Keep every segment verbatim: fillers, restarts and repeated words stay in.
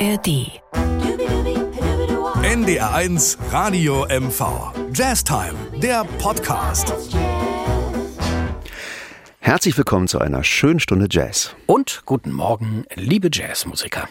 R D. N D R eins Radio M V. Jazztime, der Podcast. Herzlich willkommen zu einer schönen Stunde Jazz. Und guten Morgen, liebe Jazzmusiker.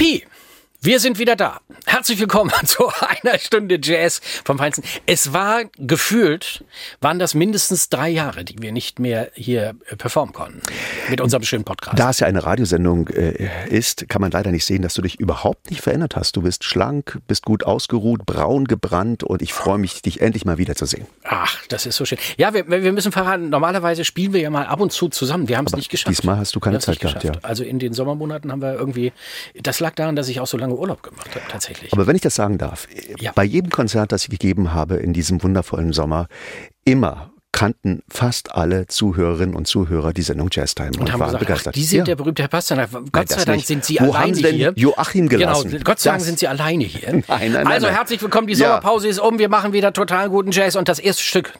Yippie! Wir sind wieder da. Herzlich willkommen zu einer Stunde Jazz vom Feinsten. Es war gefühlt, waren das mindestens drei Jahre, die wir nicht mehr hier performen konnten mit unserem schönen Podcast. Da es ja eine Radiosendung äh, ist, kann man leider nicht sehen, dass du dich überhaupt nicht verändert hast. Du bist schlank, bist gut ausgeruht, braun gebrannt und ich freue mich, dich endlich mal wiederzusehen. Ach, das ist so schön. Ja, wir, wir müssen verraten, normalerweise spielen wir ja mal ab und zu zusammen. Wir haben es nicht geschafft. Diesmal hast du keine Zeit gehabt, ja. Also in den Sommermonaten haben wir irgendwie, das lag daran, dass ich auch so lange Urlaub gemacht habe, tatsächlich. Aber wenn ich das sagen darf, ja. Bei jedem Konzert, das ich gegeben habe in diesem wundervollen Sommer, immer kannten fast alle Zuhörerinnen und Zuhörer die Sendung Jazztime und, und haben waren gesagt, begeistert. Ach, die sind ja. der berühmte Herr Pasternak. Gott nein, sei Dank nicht. sind Sie Wo alleine haben Sie denn hier. Joachim gelassen? Genau, Gott sei Dank das sind Sie alleine hier. Nein, nein, nein. Also nein. herzlich willkommen, die Ja. Sommerpause ist um, wir machen wieder total guten Jazz und das erste Stück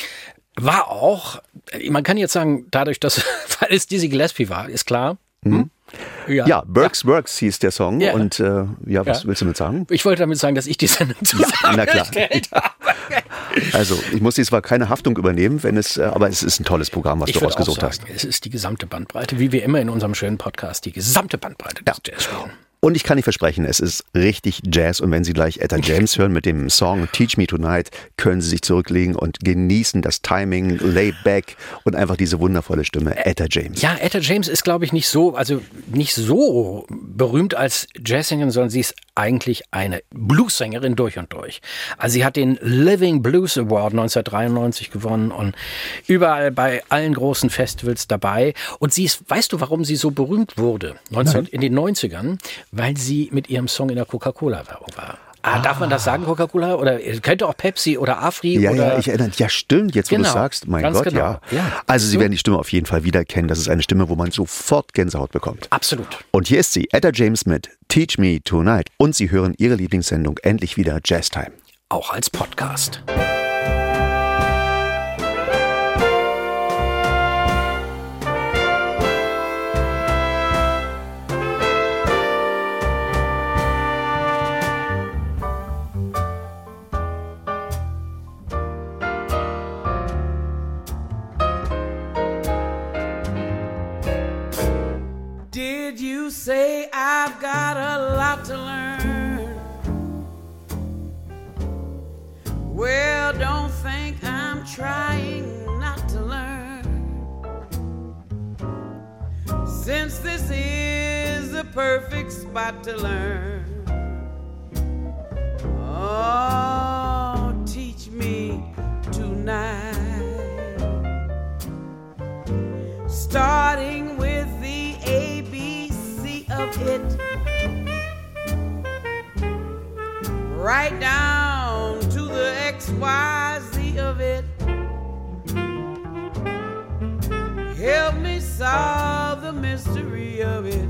war auch, man kann jetzt sagen, dadurch, dass weil es Dizzy Gillespie war, ist klar. Hm? Ja, ja Burks ja. Works hieß der Song ja. und äh, ja, was ja. willst du damit sagen? Ich wollte damit sagen, dass ich die Sendung zusammengestellt ja, habe. Also ich muss zwar keine Haftung übernehmen, wenn es, aber es ist ein tolles Programm, was ich du rausgesucht hast. Es ist die gesamte Bandbreite, wie wir immer in unserem schönen Podcast, die gesamte Bandbreite des ja. Jazz spielen. Und ich kann nicht versprechen, es ist richtig Jazz. Und wenn Sie gleich Etta James hören mit dem Song Teach Me Tonight, können Sie sich zurücklegen und genießen das Timing, lay back und einfach diese wundervolle Stimme, Etta James. Ja, Etta James ist, glaube ich, nicht so, also nicht so berühmt als Jazzsängerin, sondern sie ist eigentlich eine Bluessängerin durch und durch. Also sie hat den Living Blues Award neunzehnhundertdreiundneunzig gewonnen und überall bei allen großen Festivals dabei. Und sie ist, weißt du, warum sie so berühmt wurde? neunzehn, in den neunzigern? Weil sie mit ihrem Song in der Coca-Cola-Werbung war. Ah, darf man das sagen, Coca-Cola? Oder könnte auch Pepsi oder Afri? Ja, oder ja, ich erinnere. Ja, stimmt, jetzt wo genau, du sagst. Mein ganz Gott, genau. ja. ja. Also Sie werden die Stimme auf jeden Fall wiedererkennen. Das ist eine Stimme, wo man sofort Gänsehaut bekommt. Absolut. Und hier ist sie, Etta James mit Teach Me Tonight. Und Sie hören Ihre Lieblingssendung endlich wieder Jazztime. Auch als Podcast. Say I've got a lot to learn. Well, don't think I'm trying not to learn. Since this is the perfect spot to learn. Oh, teach me tonight. Starting with the A B C of it, right down to the X Y Z of it. Help me solve the mystery of it.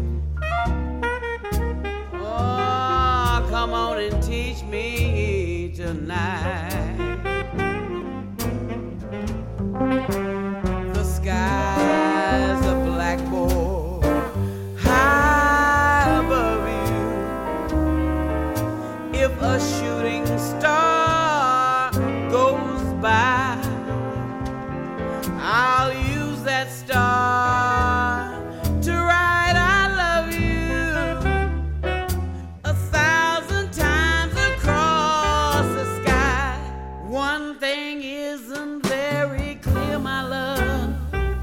Oh, come on and teach me tonight. The sky's a blackboard high above you. If a shooting star goes by, I'll use that star to write I love you a thousand times across the sky. One thing isn't very clear, my love.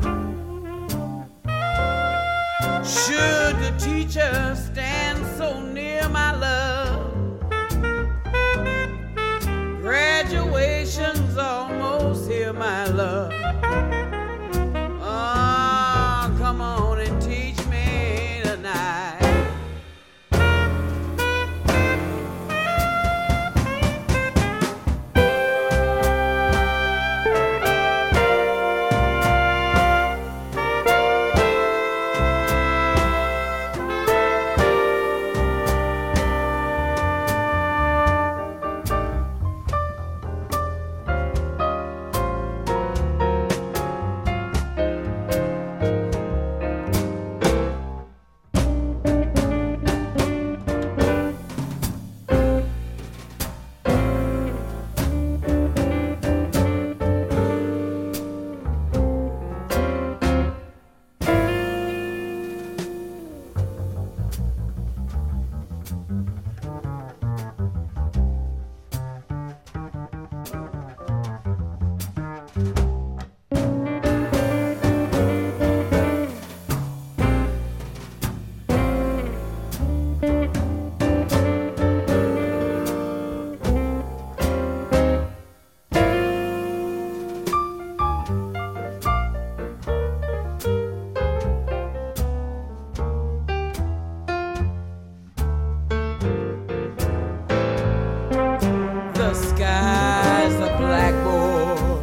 Should the teacher stand so near, my love? the sky's a blackboard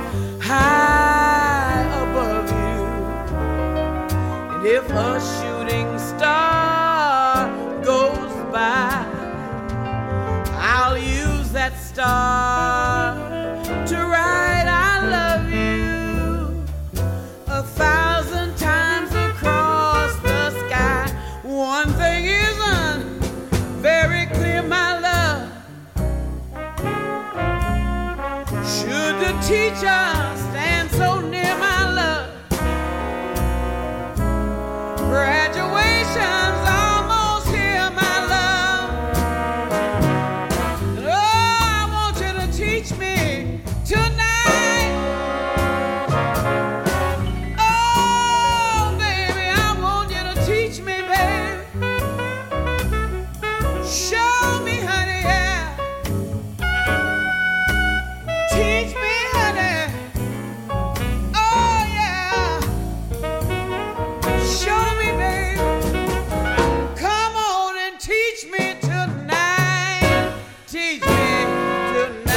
high above you. And if a shooting star goes by, I'll use that star to write I love you a thousand times across the sky. One thing isn't very clear, my love. Should the teacher stand so near, my love? Graduation's almost here, my love. And oh, I want you to teach me tonight. Oh, baby, I want you to teach me, baby. Show me, honey, yeah. Teach me, honey. Oh, yeah. Show me, baby. Come on and teach me tonight. Teach me tonight.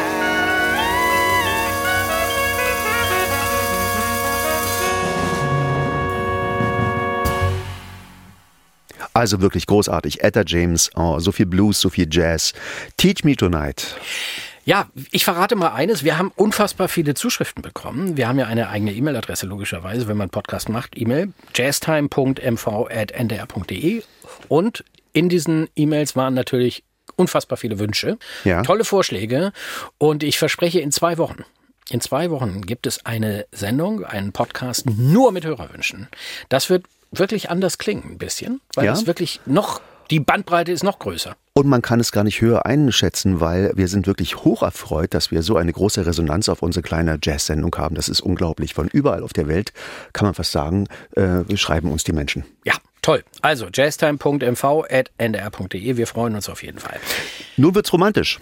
Also wirklich großartig. Etta James, oh, so viel Blues, so viel Jazz. Teach Me Tonight. Ja, ich verrate mal eines. Wir haben unfassbar viele Zuschriften bekommen. Wir haben ja eine eigene E-Mail-Adresse, logischerweise, wenn man einen Podcast macht. E-Mail jazztime punkt m v at n d r punkt d e. Und in diesen E-Mails waren natürlich unfassbar viele Wünsche, Ja. tolle Vorschläge. Und ich verspreche, in zwei Wochen, in zwei Wochen gibt es eine Sendung, einen Podcast nur mit Hörerwünschen. Das wird wirklich anders klingen ein bisschen, weil Ja. es wirklich noch, die Bandbreite ist noch größer. Und man kann es gar nicht höher einschätzen, weil wir sind wirklich hoch erfreut, dass wir so eine große Resonanz auf unsere kleine Jazz-Sendung haben. Das ist unglaublich. Von überall auf der Welt, kann man fast sagen, äh, schreiben uns die Menschen. Ja, toll. Also jazztime punkt m v at n d r punkt d e. Wir freuen uns auf jeden Fall. Nun wird's romantisch.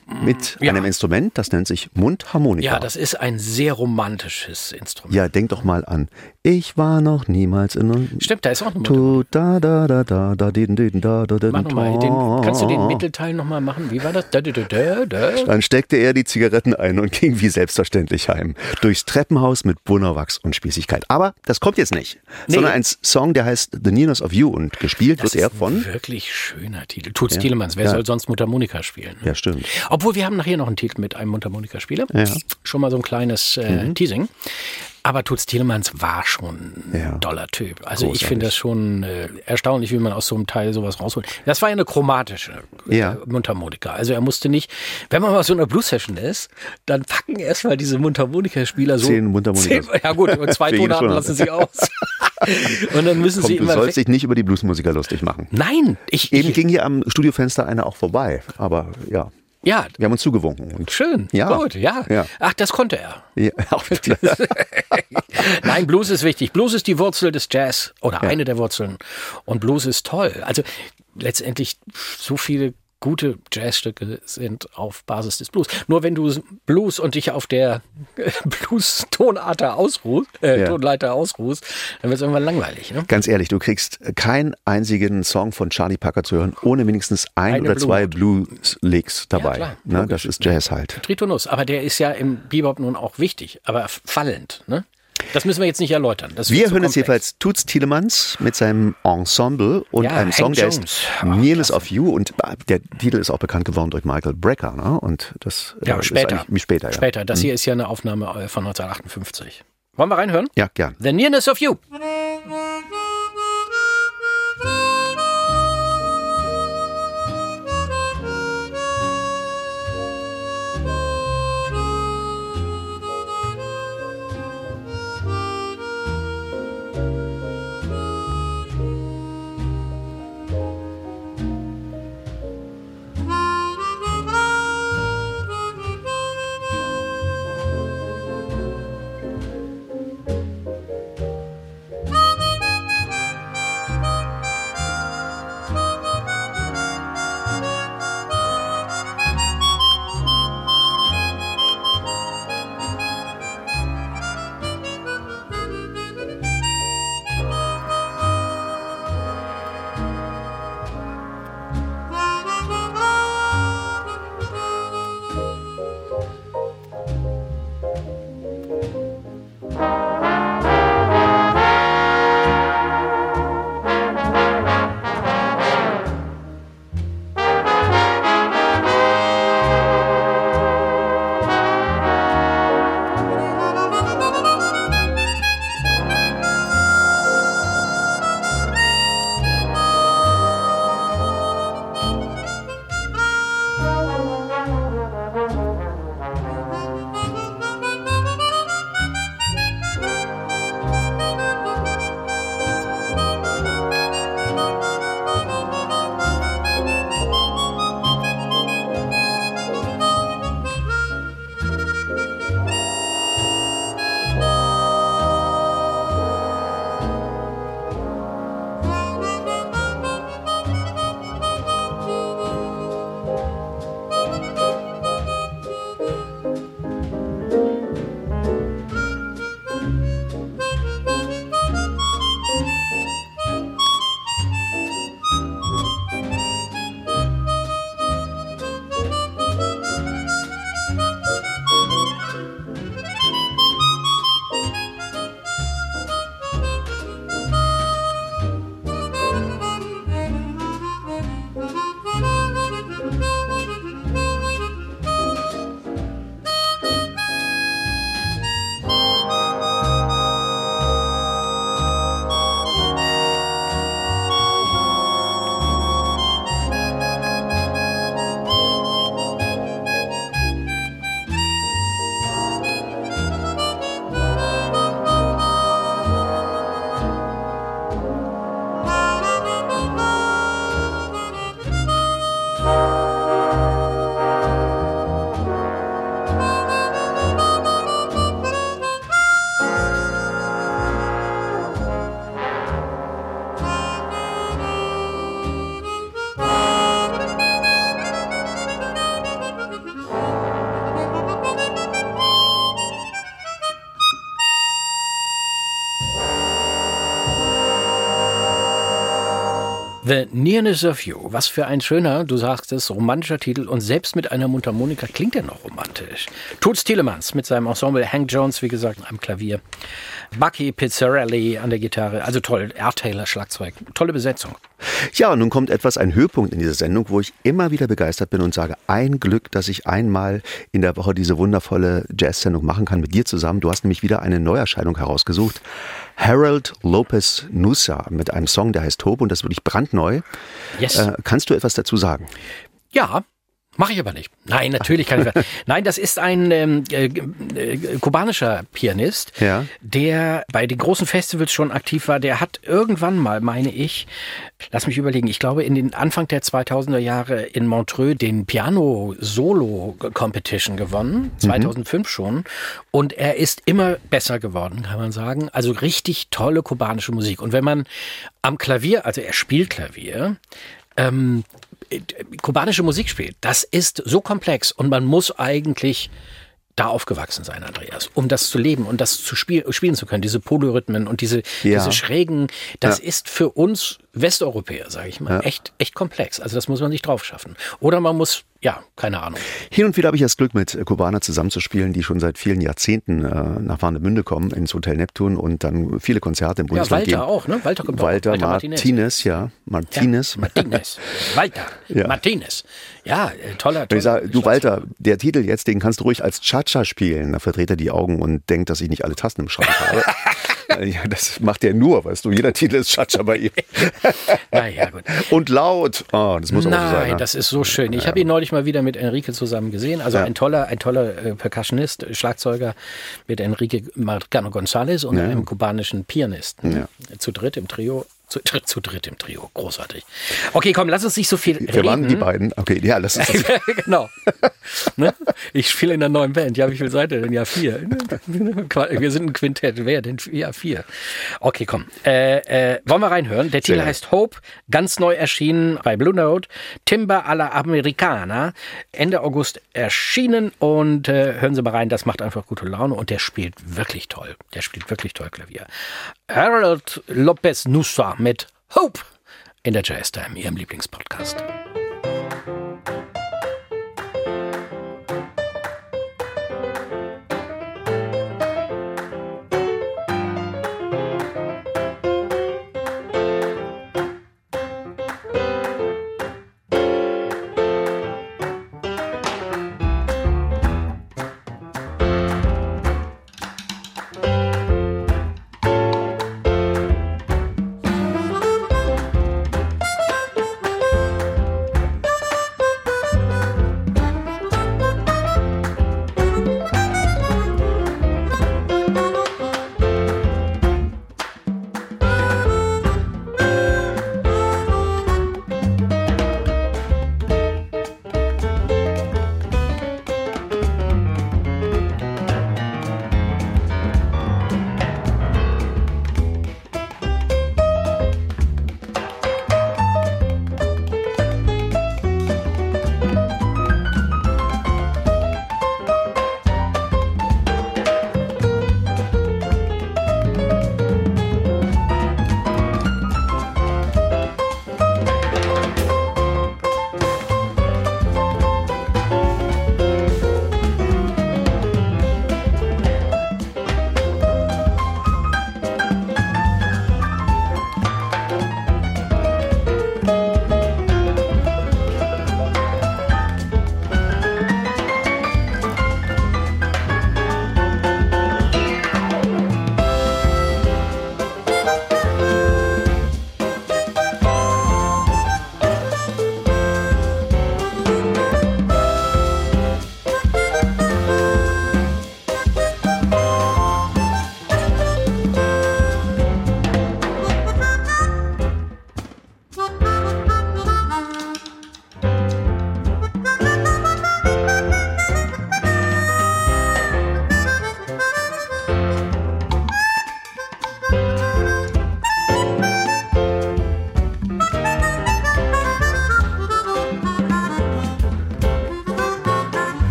Mit Ja. einem Instrument, das nennt sich Mundharmonika. Ja, das ist ein sehr romantisches Instrument. Ja, denk doch mal an. Ich war noch niemals in einem... Stimmt, da ist auch eine Mutter. Tu, da, da, da, da, da, din, din, da, da, da, Mach noch mal den, kannst du den Mittelteil nochmal machen? Wie war das? Da, da, da, da, da. Dann steckte er die Zigaretten ein und ging wie selbstverständlich heim. Durchs Treppenhaus mit Bunnerwachs und Spießigkeit. Aber das kommt jetzt nicht. Nee. Sondern ein Song, der heißt The Nearness of You und gespielt Das wird er ist von... ein wirklich schöner Titel. Toots Ja. Thielemans. Wer Ja. soll sonst Mundharmonika spielen? Ja, stimmt. Obwohl, wir haben nachher noch einen Titel mit einem Mundharmonikaspieler. Ja. Schon mal so ein kleines äh, Teasing. Aber Toots Thielemans war schon ein Ja. toller Typ. Also ich Großartig. finde das schon äh, erstaunlich, wie man aus so einem Teil sowas rausholt. Das war ja eine chromatische äh, Ja. Mundharmonika. Also er musste nicht, wenn man mal so in einer Blues-Session ist, dann packen erstmal diese Mundharmonikaspieler so. Zehn Mundharmonikas. Zehn, ja gut, und zwei Für jede Tonarten Stunde. lassen sie aus. Und dann müssen Komm, sie du immer sollst weg. dich nicht über die Bluesmusiker lustig machen. Nein, ich, Eben ich ging hier am Studiofenster einer auch vorbei. Aber ja, ja, wir haben uns zugewunken. Und schön, Ja. gut, ja. Ja. Ach, das konnte er. ja, Nein, Blues ist wichtig. Blues ist die Wurzel des Jazz oder Ja. eine der Wurzeln. Und Blues ist toll. Also letztendlich so viele gute Jazzstücke sind auf Basis des Blues. Nur wenn du Blues und dich auf der Blues-Tonleiter ausruhst, äh, Ja. Tonleiter ausruhst, dann wird es irgendwann langweilig. Ne? Ganz ehrlich, du kriegst keinen einzigen Song von Charlie Parker zu hören, ohne mindestens ein Eine oder zwei Blues. Blues-Licks dabei. klar, ne, logisch. das ist Jazz halt. Tritonus, aber der ist ja im Bebop nun auch wichtig, aber fallend. Ne? Das müssen wir jetzt nicht erläutern. Das Wir wird zu hören jetzt komplex. jedenfalls Toots Thielemans mit seinem Ensemble und Ja, einem Song, Hank der Jones. ist Oh, Nearness of You und der Titel ist auch bekannt geworden durch Michael Brecker. Ne? Und das äh, Ja, ist später. eigentlich- später, ja. Später. Das hier ist ja eine Aufnahme äh, von neunzehnhundertachtundfünfzig. Wollen wir reinhören? Ja, gern. The Nearness of You. Thank The Nearness of You. Was für ein schöner, du sagst es, romantischer Titel und selbst mit einer Mundharmonika klingt er noch romantisch. Toots Thielemans mit seinem Ensemble, Hank Jones, wie gesagt, am Klavier, Bucky Pizzarelli an der Gitarre, also toll, R. Taylor Schlagzeug, tolle Besetzung. Ja, und nun kommt etwas, ein Höhepunkt in dieser Sendung, wo ich immer wieder begeistert bin und sage, ein Glück, dass ich einmal in der Woche diese wundervolle Jazz-Sendung machen kann mit dir zusammen. Du hast nämlich wieder eine Neuerscheinung herausgesucht. Harold Lopez Nussa mit einem Song, der heißt Hope und das ist wirklich brandneu. Yes. Äh, kannst du etwas dazu sagen? Ja, mache ich aber nicht. Nein, natürlich kann ich. Nein, das ist ein ähm, äh, äh, kubanischer Pianist, ja. der bei den großen Festivals schon aktiv war. Der hat irgendwann mal, meine ich, lass mich überlegen, ich glaube in den Anfang der zweitausender Jahre in Montreux den Piano-Solo-Competition gewonnen, zweitausendfünf mhm. schon. Und er ist immer besser geworden, kann man sagen. Also richtig tolle kubanische Musik. Und wenn man am Klavier, also er spielt Klavier, ähm, kubanische Musik spielt, das ist so komplex und man muss eigentlich da aufgewachsen sein, Andreas, um das zu leben und das zu spiel- spielen zu können, diese Polyrhythmen und diese, ja. diese schrägen, das ja. ist für uns Westeuropäer, sage ich mal, ja. echt, echt komplex. Also das muss man sich drauf schaffen. Oder man muss, ja, keine Ahnung. Hin und wieder habe ich das Glück, mit Kubanern zusammenzuspielen, die schon seit vielen Jahrzehnten äh, nach Warnemünde kommen, ins Hotel Neptun und dann viele Konzerte im Bundesland geben. Ja, Walter auch, ne? Walter kommt Walter, auch. Walter Martinez, Martinez. ja. Martinez. Ja, Martinez. Walter. Ja. Martinez. Ja, äh, toller, toller. Ich sage, du Walter, der Titel jetzt, den kannst du ruhig als Cha-Cha spielen. Da verdreht er die Augen und denkt, dass ich nicht alle Tasten im Schrank habe. Ja, das macht er nur, weißt du. Jeder Titel ist Cha-Cha bei ihm. Naja, gut. Und laut. Oh, das muss auch Nein, so sein. Ne? Das ist so schön. Ich ja. habe ihn neulich mal wieder mit Enrique zusammen gesehen. Also ja. ein toller, ein toller äh, Percussionist, Schlagzeuger mit Enrique Marcano González und ja. einem kubanischen Pianisten. Ja. Zu dritt im Trio. Zu, zu dritt im Trio. Großartig. Okay, komm, lass uns nicht so viel Wir reden. waren die beiden. Okay, ja, lass uns das. Genau. Ne? Ich spiele in einer neuen Band. Ja, wie viel seid ihr denn? Ja, vier. Wir sind ein Quintett. Wer denn? Ja, vier. Okay, komm. Äh, äh, wollen wir reinhören? Der Titel Sehr. heißt Hope. Ganz neu erschienen bei Blue Note. Timba alla Americana. Ende August erschienen. Und äh, hören Sie mal rein. Das macht einfach gute Laune. Und der spielt wirklich toll. Der spielt wirklich toll Klavier. Harold Lopez Nussa mit Hope in der Jazz Time, Ihrem Lieblingspodcast.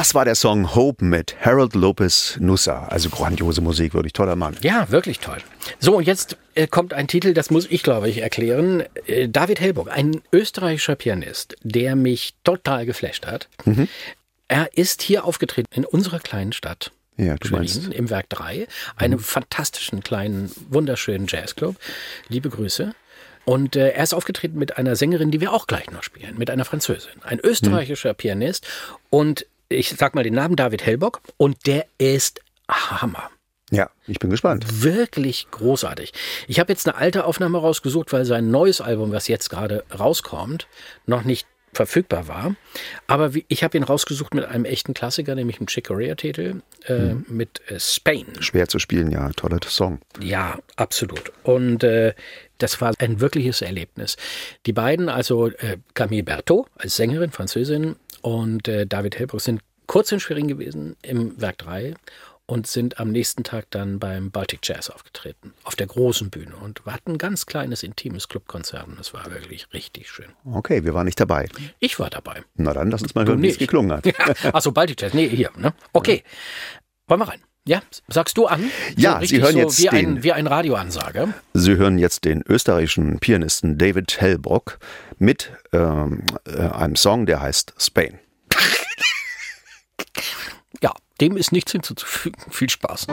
Das war der Song Hope mit Harold Lopez Nussa. Also grandiose Musik, wirklich toller Mann. Ja, wirklich toll. So, und jetzt äh, kommt ein Titel, das muss ich, glaube ich, erklären. Äh, David Hellbock, ein österreichischer Pianist, der mich total geflasht hat. Mhm. Er ist hier aufgetreten in unserer kleinen Stadt. Ja, du Schwerin, meinst. im Werk drei, einem mhm. fantastischen, kleinen, wunderschönen Jazzclub. Liebe Grüße. Und äh, er ist aufgetreten mit einer Sängerin, die wir auch gleich noch spielen, mit einer Französin. Ein österreichischer mhm. Pianist. Und ich sag mal den Namen, David Hellbock. Und der ist Hammer. Ja, ich bin gespannt. Wirklich großartig. Ich habe jetzt eine alte Aufnahme rausgesucht, weil sein neues Album, was jetzt gerade rauskommt, noch nicht verfügbar war. Aber wie, ich habe ihn rausgesucht mit einem echten Klassiker, nämlich einem Chick Corea-Titel, äh, mhm. mit äh, Spain. Schwer zu spielen, ja. Toller Song. Ja, absolut. Und äh, das war ein wirkliches Erlebnis. Die beiden, also äh, Camille Berthaud als Sängerin, Französin, und äh, David Hellbock sind kurz in Schwerin gewesen im Werk drei und sind am nächsten Tag dann beim Baltic Jazz aufgetreten, auf der großen Bühne, und hatten ein ganz kleines, intimes Clubkonzert. Und das war wirklich richtig schön. Okay, wir waren nicht dabei. Ich war dabei. Na dann, lass uns mal hören, wie es geklungen hat. Ja. Achso, Baltic Jazz, nee, hier. Ne? Okay, wollen wir rein? Ja, sagst du an? Ja, so Sie hören so jetzt wie den, ein, wie ein Radioansage. Sie hören jetzt den österreichischen Pianisten David Hellbock mit ähm, äh, einem Song, der heißt Spain. Ja, dem ist nichts hinzuzufügen. Viel Spaß.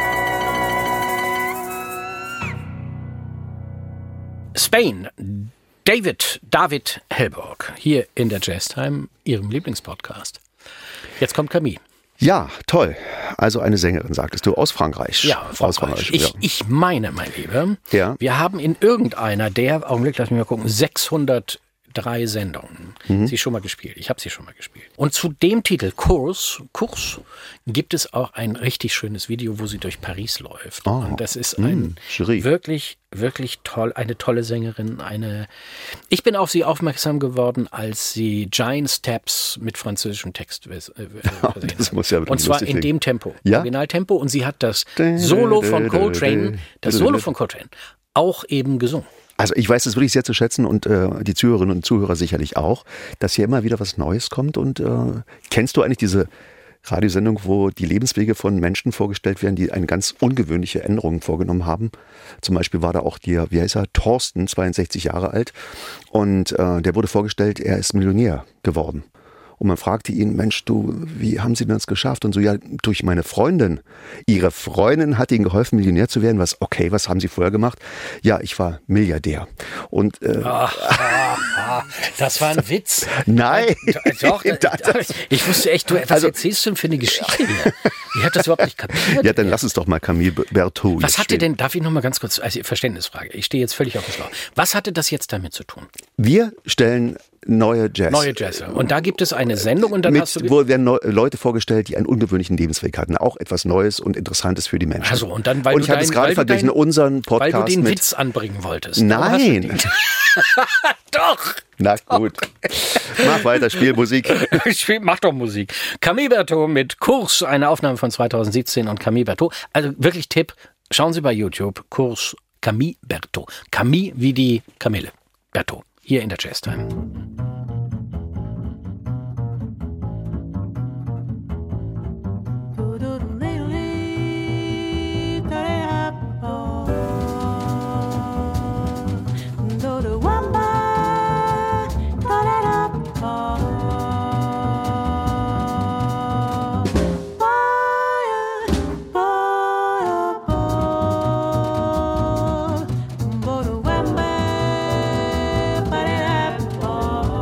Spain, David, David Hellborg, hier in der Jazztime, Ihrem Lieblingspodcast. Jetzt kommt Camille. Ja, toll. Also eine Sängerin, sagtest du, aus Frankreich. Ja, Frankreich. Aus Frankreich. Ich, ja. ich meine, mein Lieber, ja. wir haben in irgendeiner der, Augenblick, lass mich mal gucken, sechshundertdrei Sendungen mhm. sie schon mal gespielt. Ich habe sie schon mal gespielt. Und zu dem Titel Kurs, Kurs gibt es auch ein richtig schönes Video, wo sie durch Paris läuft. Oh. Und das ist ein mh, wirklich, wirklich toll, eine tolle Sängerin. Eine. Ich bin auf sie aufmerksam geworden, als sie Giant Steps mit französischem Text äh, versehen das muss ja Und zwar in dem Tempo, ja? Originaltempo. Und sie hat das Solo von Coltrane, das Solo von Coltrane auch eben gesungen. Also ich weiß es wirklich sehr zu schätzen und äh, die Zuhörerinnen und Zuhörer sicherlich auch, dass hier immer wieder was Neues kommt. Und äh, kennst du eigentlich diese Radiosendung, wo die Lebenswege von Menschen vorgestellt werden, die eine ganz ungewöhnliche Änderung vorgenommen haben? Zum Beispiel war da auch der, wie heißt er, Thorsten, zweiundsechzig Jahre alt. Und äh, der wurde vorgestellt, er ist Millionär geworden. Und man fragte ihn, Mensch, du, wie haben Sie denn das geschafft? Und so, ja, durch meine Freundin. Ihre Freundin hat Ihnen geholfen, Millionär zu werden. Was, okay, was haben Sie vorher gemacht? Ja, ich war Milliardär. Und äh, ach, ach, ach, das war ein Witz. Nein. Doch, das, ich wusste echt, du, was also, erzählst du denn für eine Geschichte hier? Ich habe das überhaupt nicht kapiert. Ja, dann lass es doch mal Camille Berthaud. Was hatte denn, darf ich noch mal ganz kurz, also Verständnisfrage, ich stehe jetzt völlig auf dem Schlauch. Was hatte das jetzt damit zu tun? Wir stellen neue Jazz. Neue Jazz. Und da gibt es eine Sendung und dann Mit, hast du... Wo werden Neu- Leute vorgestellt, die einen ungewöhnlichen Lebensweg hatten. Auch etwas Neues und Interessantes für die Menschen. Also, und dann, weil und ich du habe es gerade verglichen, dein, unseren Podcast Weil du den mit, Witz anbringen wolltest. Nein. Doch. Na gut. Mach weiter, spiel Musik. Spiel, mach doch Musik. Camille Berthaud mit Kurs, eine Aufnahme von zweitausendsiebzehn und Camille Berthaud. Also wirklich Tipp, schauen Sie bei YouTube, Kurs Camille Berthaud. Camille wie die Kamille. Berthaud, hier in der Jazztime. Oh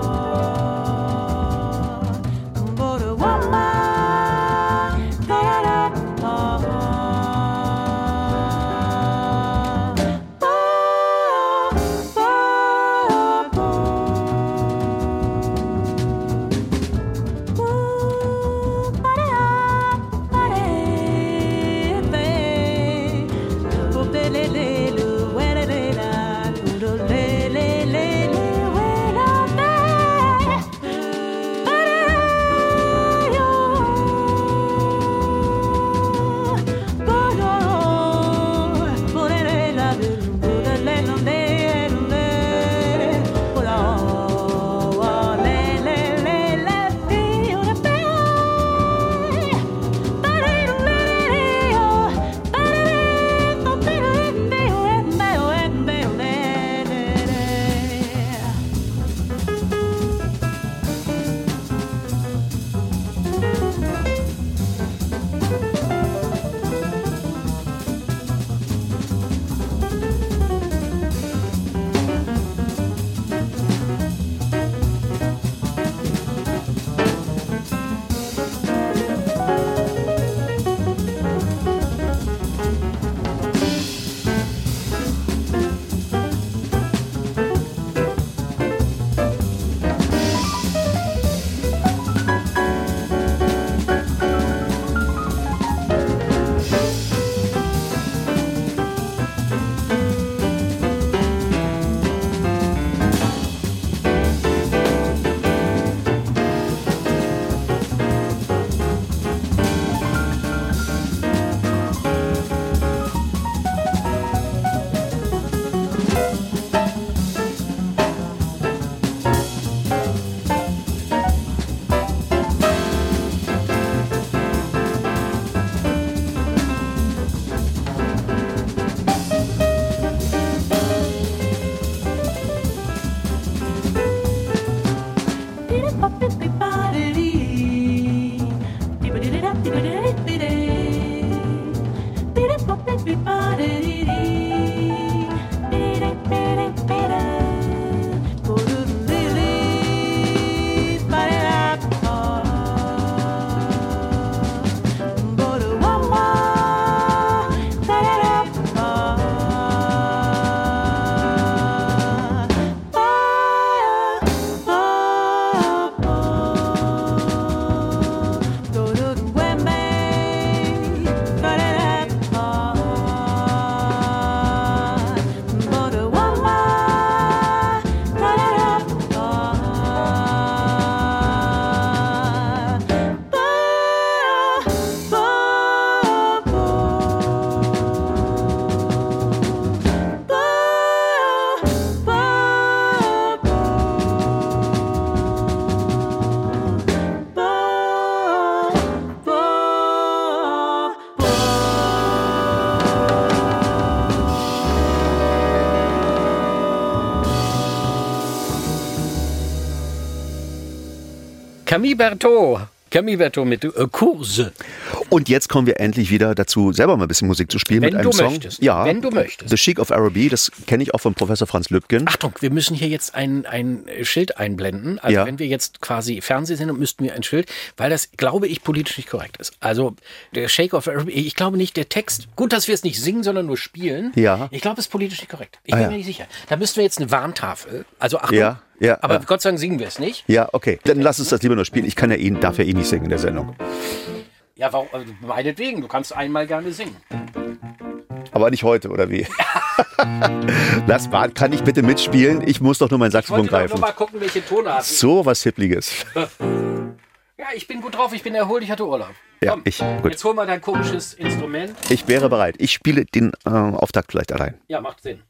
Camille Berthaud. Camille Berthaud mit äh, Kurse. Und jetzt kommen wir endlich wieder dazu, selber mal ein bisschen Musik zu spielen Wenn mit einem du Song. möchtest. Ja, Wenn du möchtest. The Chic of Araby, das kenne ich auch von Professor Franz Lübken. Achtung, wir müssen hier jetzt ein, ein Schild einblenden. Also Ja. wenn wir jetzt quasi Fernsehsendung, müssten wir ein Schild, weil das, glaube ich, politisch nicht korrekt ist. Also der Shake of Araby, ich glaube nicht, der Text, gut, dass wir es nicht singen, sondern nur spielen. Ja. Ich glaube, es ist politisch nicht korrekt. Ich Ah, bin ja. mir nicht sicher. Da müssten wir jetzt eine Warntafel, also Achtung. Ja, ja, aber ja. Gott sei Dank singen wir es nicht. Ja, okay. Dann lass uns das lieber nur spielen. Ich kann ja eh, darf ja eh nicht singen in der Sendung. Ja, warum, also meinetwegen, du kannst einmal gerne singen. Aber nicht heute, oder wie? Lass warten. Kann ich bitte mitspielen? Ich muss doch nur mein Ich Saxophon wollte doch nur greifen. mal gucken, welche Tonart. So was Hippliges. Ja, ich bin gut drauf, ich bin erholt, ich hatte Urlaub. Ja, Komm, ich- gut. jetzt hol mal dein komisches Instrument. Ich wäre bereit. Ich spiele den äh, Auftakt vielleicht allein. Ja, macht Sinn.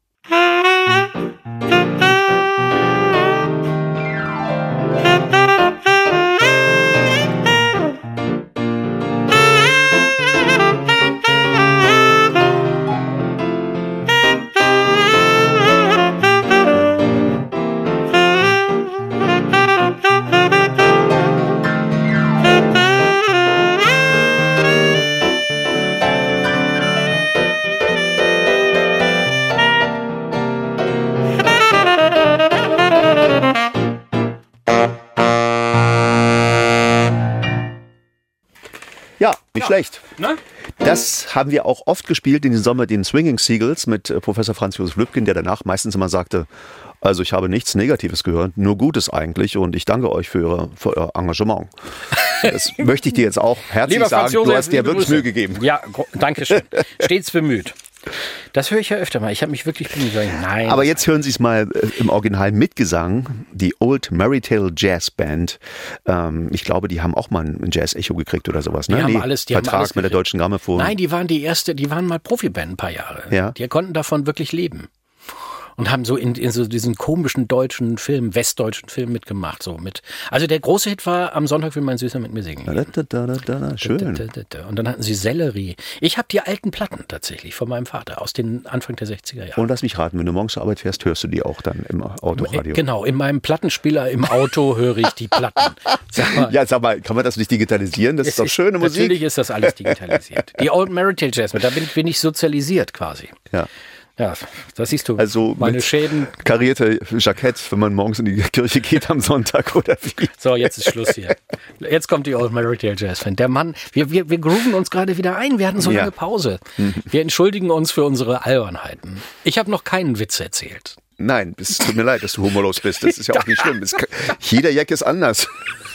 Ja, nicht schlecht. Ne? Das haben wir auch oft gespielt in diesem Sommer, den Swinging Seagulls mit äh, Professor Franz Josef Lübken, der danach meistens immer sagte, also ich habe nichts Negatives gehört, nur Gutes eigentlich und ich danke euch für, ihre, für euer Engagement. Das möchte ich dir jetzt auch herzlich Lieber sagen. Franz Du Josef, hast dir liebe wirklich Grüße. Mühe gegeben. Ja, gro- danke schön. Stets bemüht. Das höre ich ja öfter mal. Ich habe mich wirklich bemüht. Nein. Aber jetzt hören Sie es mal äh, im Original mit Gesang, die Old Marytale Jazz Band. Ähm, ich glaube, die haben auch mal ein Jazz-Echo gekriegt oder sowas. Ne? Die haben alles- die haben Vertrag alles mit der gekriegt. Deutschen Grammophon. Nein, die waren die erste, die waren mal Profiband ein paar Jahre. Ja. Die konnten davon wirklich leben. Und haben so in, in so diesen komischen deutschen Film, westdeutschen Film mitgemacht. So mit. Also der große Hit war Am Sonntag will mein Süßer mit mir singen. Da, da, da, da, da. Schön. Und dann hatten sie Sellerie. Ich habe die alten Platten tatsächlich von meinem Vater aus den Anfang der sechziger Jahre. Und lass mich raten, wenn du morgens zur Arbeit fährst, hörst du die auch dann im Autoradio. Genau, in meinem Plattenspieler im Auto höre ich die Platten. Sag mal, Ja, sag mal, kann man das nicht digitalisieren? Das ist doch schöne Musik. Natürlich ist das alles digitalisiert. Die Old Marytale Jazz, da bin, bin ich sozialisiert quasi. Ja. Ja, das siehst du. Also meine mit Schäden. karierte Jackett, wenn man morgens in die Kirche geht am Sonntag oder wie. So, jetzt ist Schluss hier. Jetzt kommt die Old Marytale Jazz Band. Der Mann, wir, wir, wir grooven uns gerade wieder ein. Wir hatten so Ja. lange Pause. Wir entschuldigen uns für unsere Albernheiten. Ich habe noch keinen Witz erzählt. Nein, es tut mir leid, dass du humorlos bist. Das ist ja auch nicht schlimm. Es kann, jeder Jack ist anders.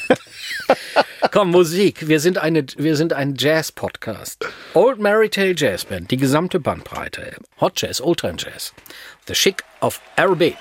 Komm, Musik. Wir sind eine, wir sind ein Jazz-Podcast. Old Marytale Jazz Band, die gesamte Bandbreite. Hot Jazz, Oldtime Jazz. The Chic of Araby.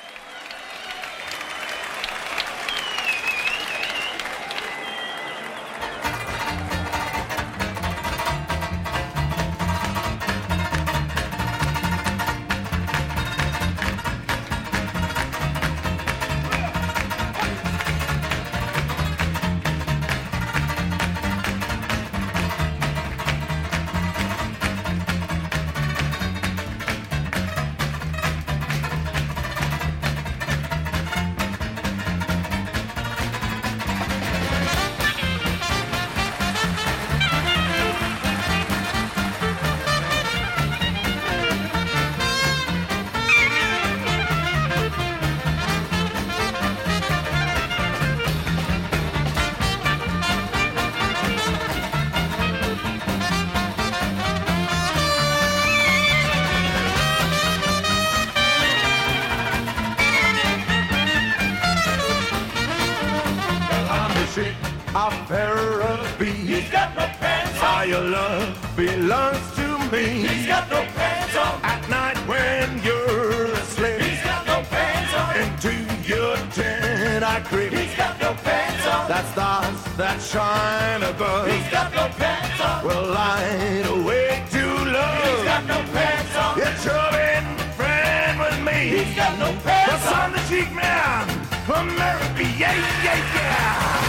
Of Araby. He's got no pants on. All your love belongs to me. He's got no pants on. At night when you're asleep. He's got no pants on. Into your tent I creep. He's got no pants on. That stars that shine above. He's got no pants on. Will light a way to love. He's got no pants on. You're sure been friend with me. He's got no pants on. The son, the chic man from Araby. Yeah, yeah, yeah.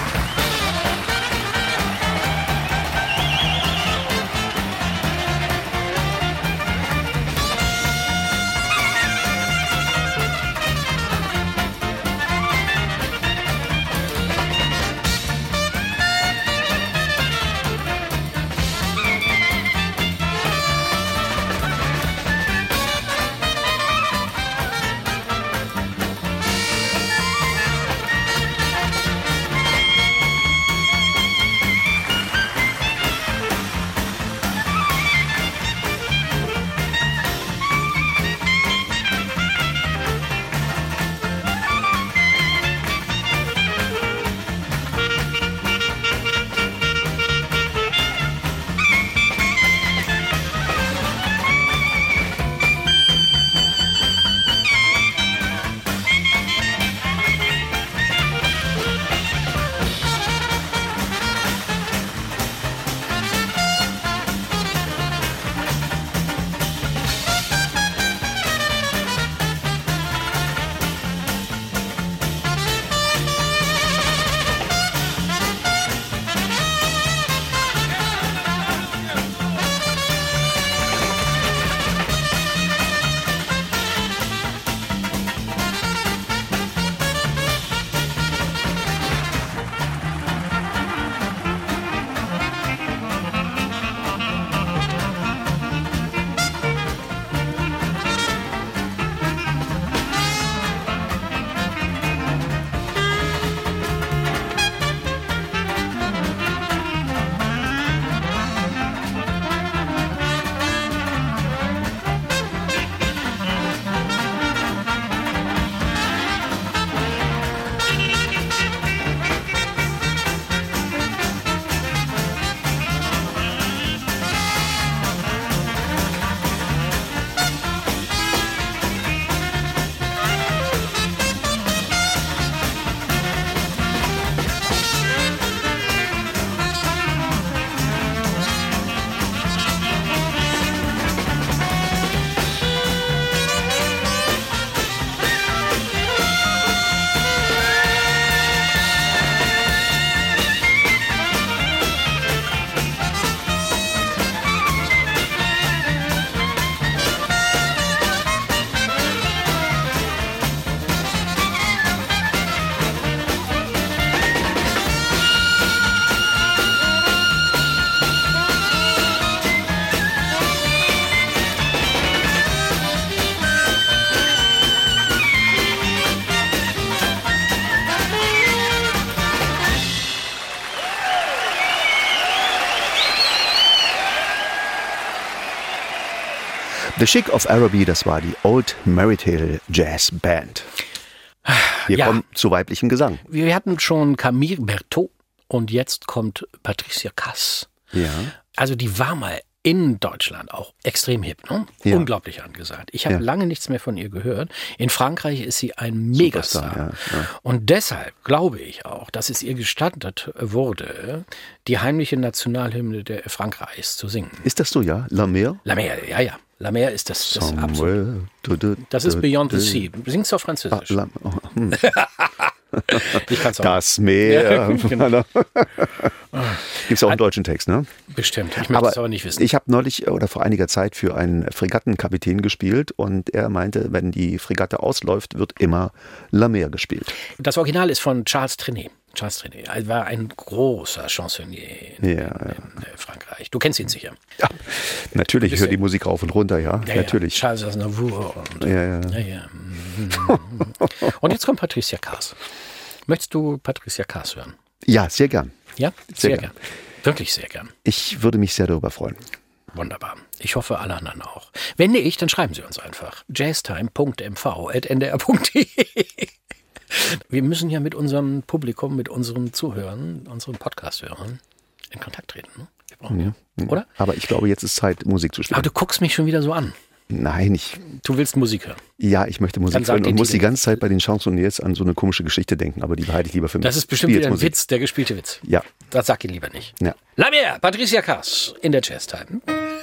The Chic of Araby, das war die Old Marytale Jazz Band. Wir Ja. kommen zu weiblichem Gesang. Wir hatten schon Camille Berthaud und jetzt kommt Patricia Cass. Ja. Also die war mal in Deutschland auch extrem hip, ne? Ja. Unglaublich angesagt. Ich habe Ja. lange nichts mehr von ihr gehört. In Frankreich ist sie ein Megastar. Superstar, ja, ja. Und deshalb glaube ich auch, dass es ihr gestattet wurde, die heimliche Nationalhymne der Frankreichs zu singen. Ist das so, ja? La Mer? La Mer, ja, ja. La Mer ist das, das absolut. Somewhere. Du, du, Das ist du, Beyond the du. Sea. Singst du auf Ah, Französisch? La, oh, hm. Ich kann's auch. Das Meer. Genau. Gibt es auch einen deutschen Text, ne? Bestimmt. Ich möchte es aber nicht wissen. Ich habe neulich oder vor einiger Zeit für einen Fregattenkapitän gespielt und er meinte, wenn die Fregatte ausläuft, wird immer La Mer gespielt. Das Original ist von Charles Trenet. Charles Trenet er war ein großer Chansonnier in, Ja, ja. in Frankreich. Du kennst ihn sicher. Ja, natürlich, ich bist höre ja- die Musik rauf und runter, ja, Ja, natürlich. Ja, Charles Aznavour. Und, Ja, ja. ja, ja. Mhm. Und jetzt kommt Patricia Cass. Möchtest du Patricia Cass hören? Ja, sehr gern. Ja, Sehr sehr, gern. gern. Wirklich sehr gern. Ich würde mich sehr darüber freuen. Wunderbar. Ich hoffe, alle anderen auch. Wenn nicht, dann schreiben Sie uns einfach. jazztime punkt m v at n d r punkt d e. Wir müssen ja mit unserem Publikum, mit unseren Zuhörern, unseren Podcast-Hörern in Kontakt treten. Ne? Wir brauchen ja. Oder? Aber ich glaube, jetzt ist Zeit, Musik zu spielen. Aber du guckst mich schon wieder so an. Nein, ich, Du willst Musik hören. ja, ich möchte Dann Musik sag hören den und muss die Titel. ganze Zeit bei den Chansonniers an so eine komische Geschichte denken, aber die behalte ich lieber für mich. Das ist bestimmt Spiel wieder jetzt ein Musik. Witz, der gespielte Witz. Ja. Das sag ich lieber nicht. Ja. La Mer, Patricia Cass in der Jazztime.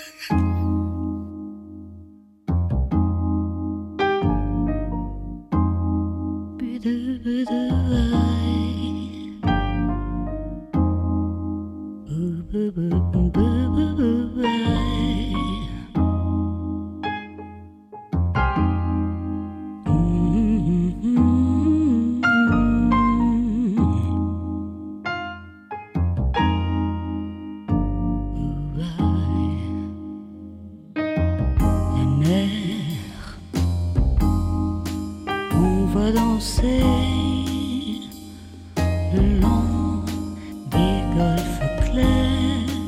La mer, on va danser le long des golfes clairs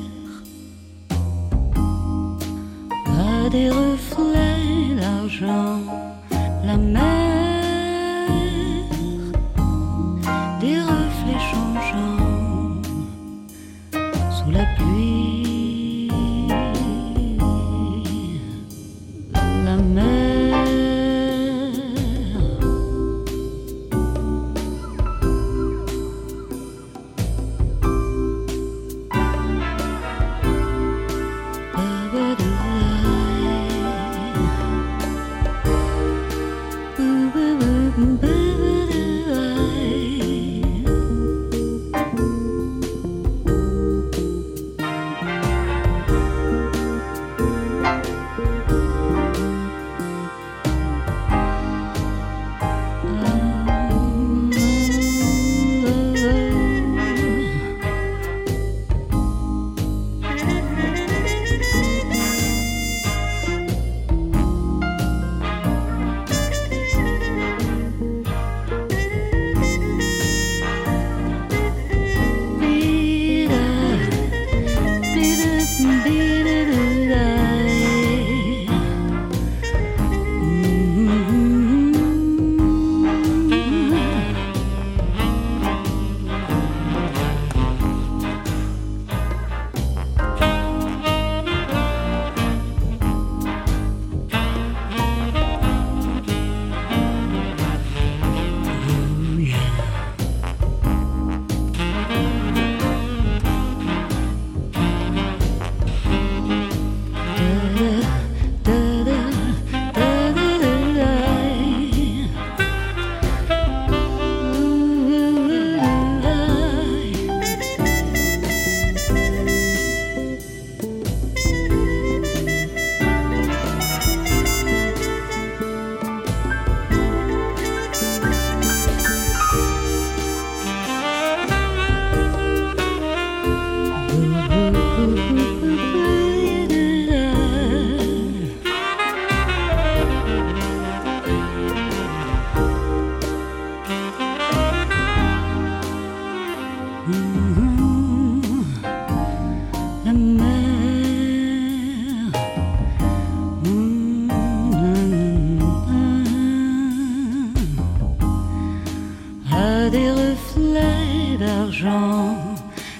à des reflets d'argent. La mer, des reflets changeants sous la pluie. La mer,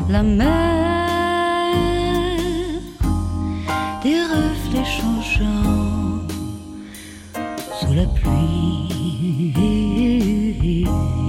la mer, des reflets changeants sous la pluie.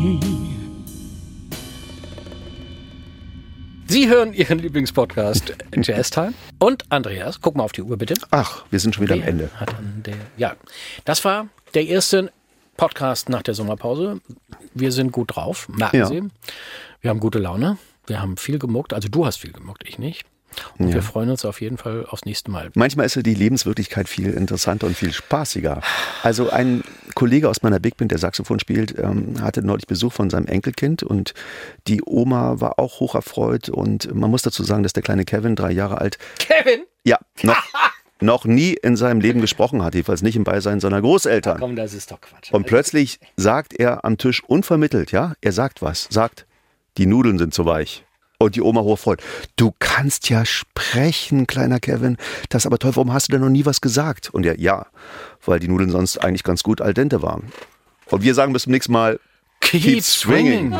Sie hören Ihren Lieblingspodcast Jazz Time. Und Andreas, guck mal auf die Uhr bitte. Ach, wir sind schon wieder am Der Ende. Hat an der, ja, das war der erste Podcast nach der Sommerpause. Wir sind gut drauf, merken Ja. Sie. Wir haben gute Laune. Wir haben viel gemuckt. Also du hast viel gemuckt, ich nicht. Und Ja. wir freuen uns auf jeden Fall aufs nächste Mal. Manchmal ist ja die Lebenswirklichkeit viel interessanter und viel spaßiger. Also ein Kollege aus meiner Big Band, der Saxophon spielt, ähm, hatte neulich Besuch von seinem Enkelkind und die Oma war auch hocherfreut und man muss dazu sagen, dass der kleine Kevin, drei Jahre alt, Kevin! ja, noch, noch nie in seinem Leben gesprochen hat, jedenfalls nicht im Beisein seiner Großeltern. Komm, das ist doch Quatsch. Und plötzlich sagt er am Tisch unvermittelt, ja, er sagt was, sagt, die Nudeln sind zu weich. Und die Oma hochfreut. Du kannst ja sprechen, kleiner Kevin. Das ist aber toll, warum hast du denn noch nie was gesagt? Und er, ja, weil die Nudeln sonst eigentlich ganz gut al dente waren. Und wir sagen bis zum nächsten Mal, Keep, keep swinging.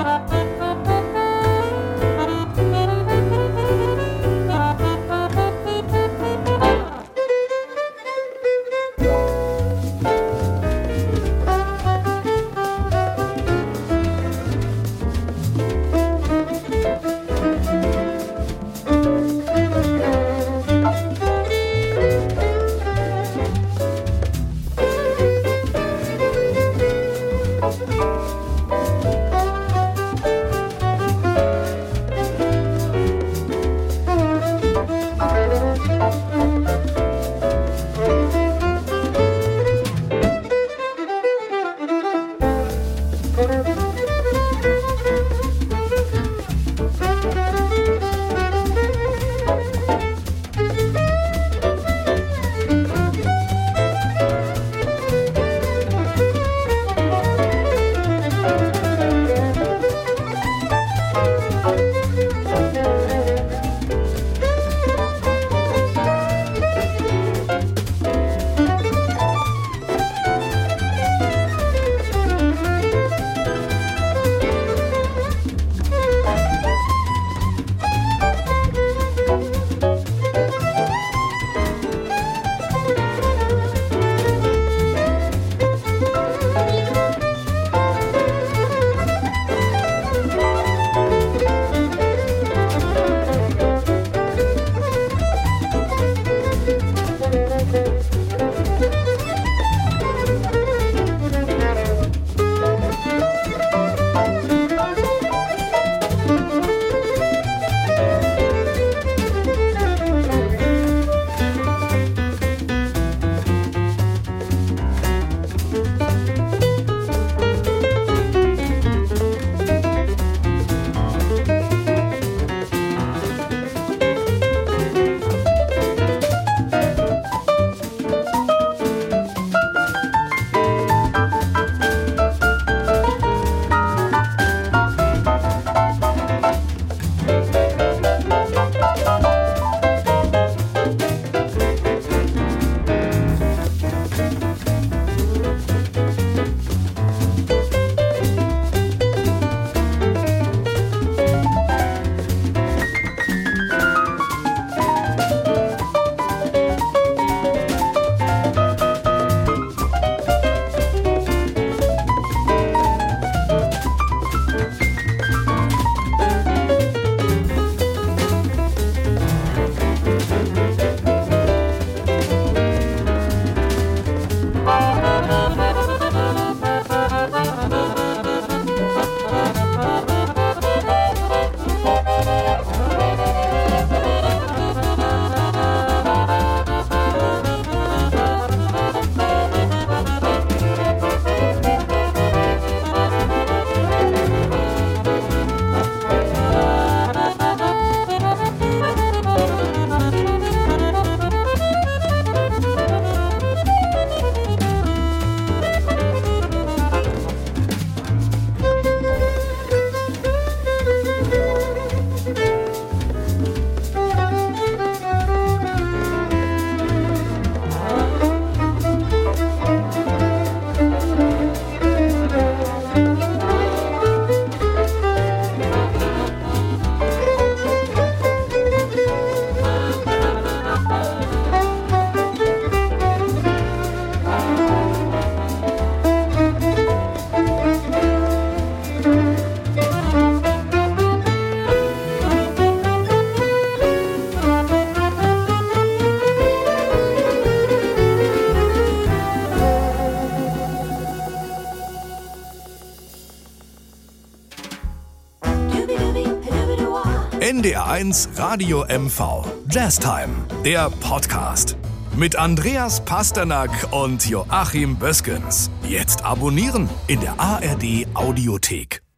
N D R eins Radio M V. Jazztime, der Podcast. Mit Andreas Pasternak und Joachim Böskens. Jetzt abonnieren in der A R D Audiothek.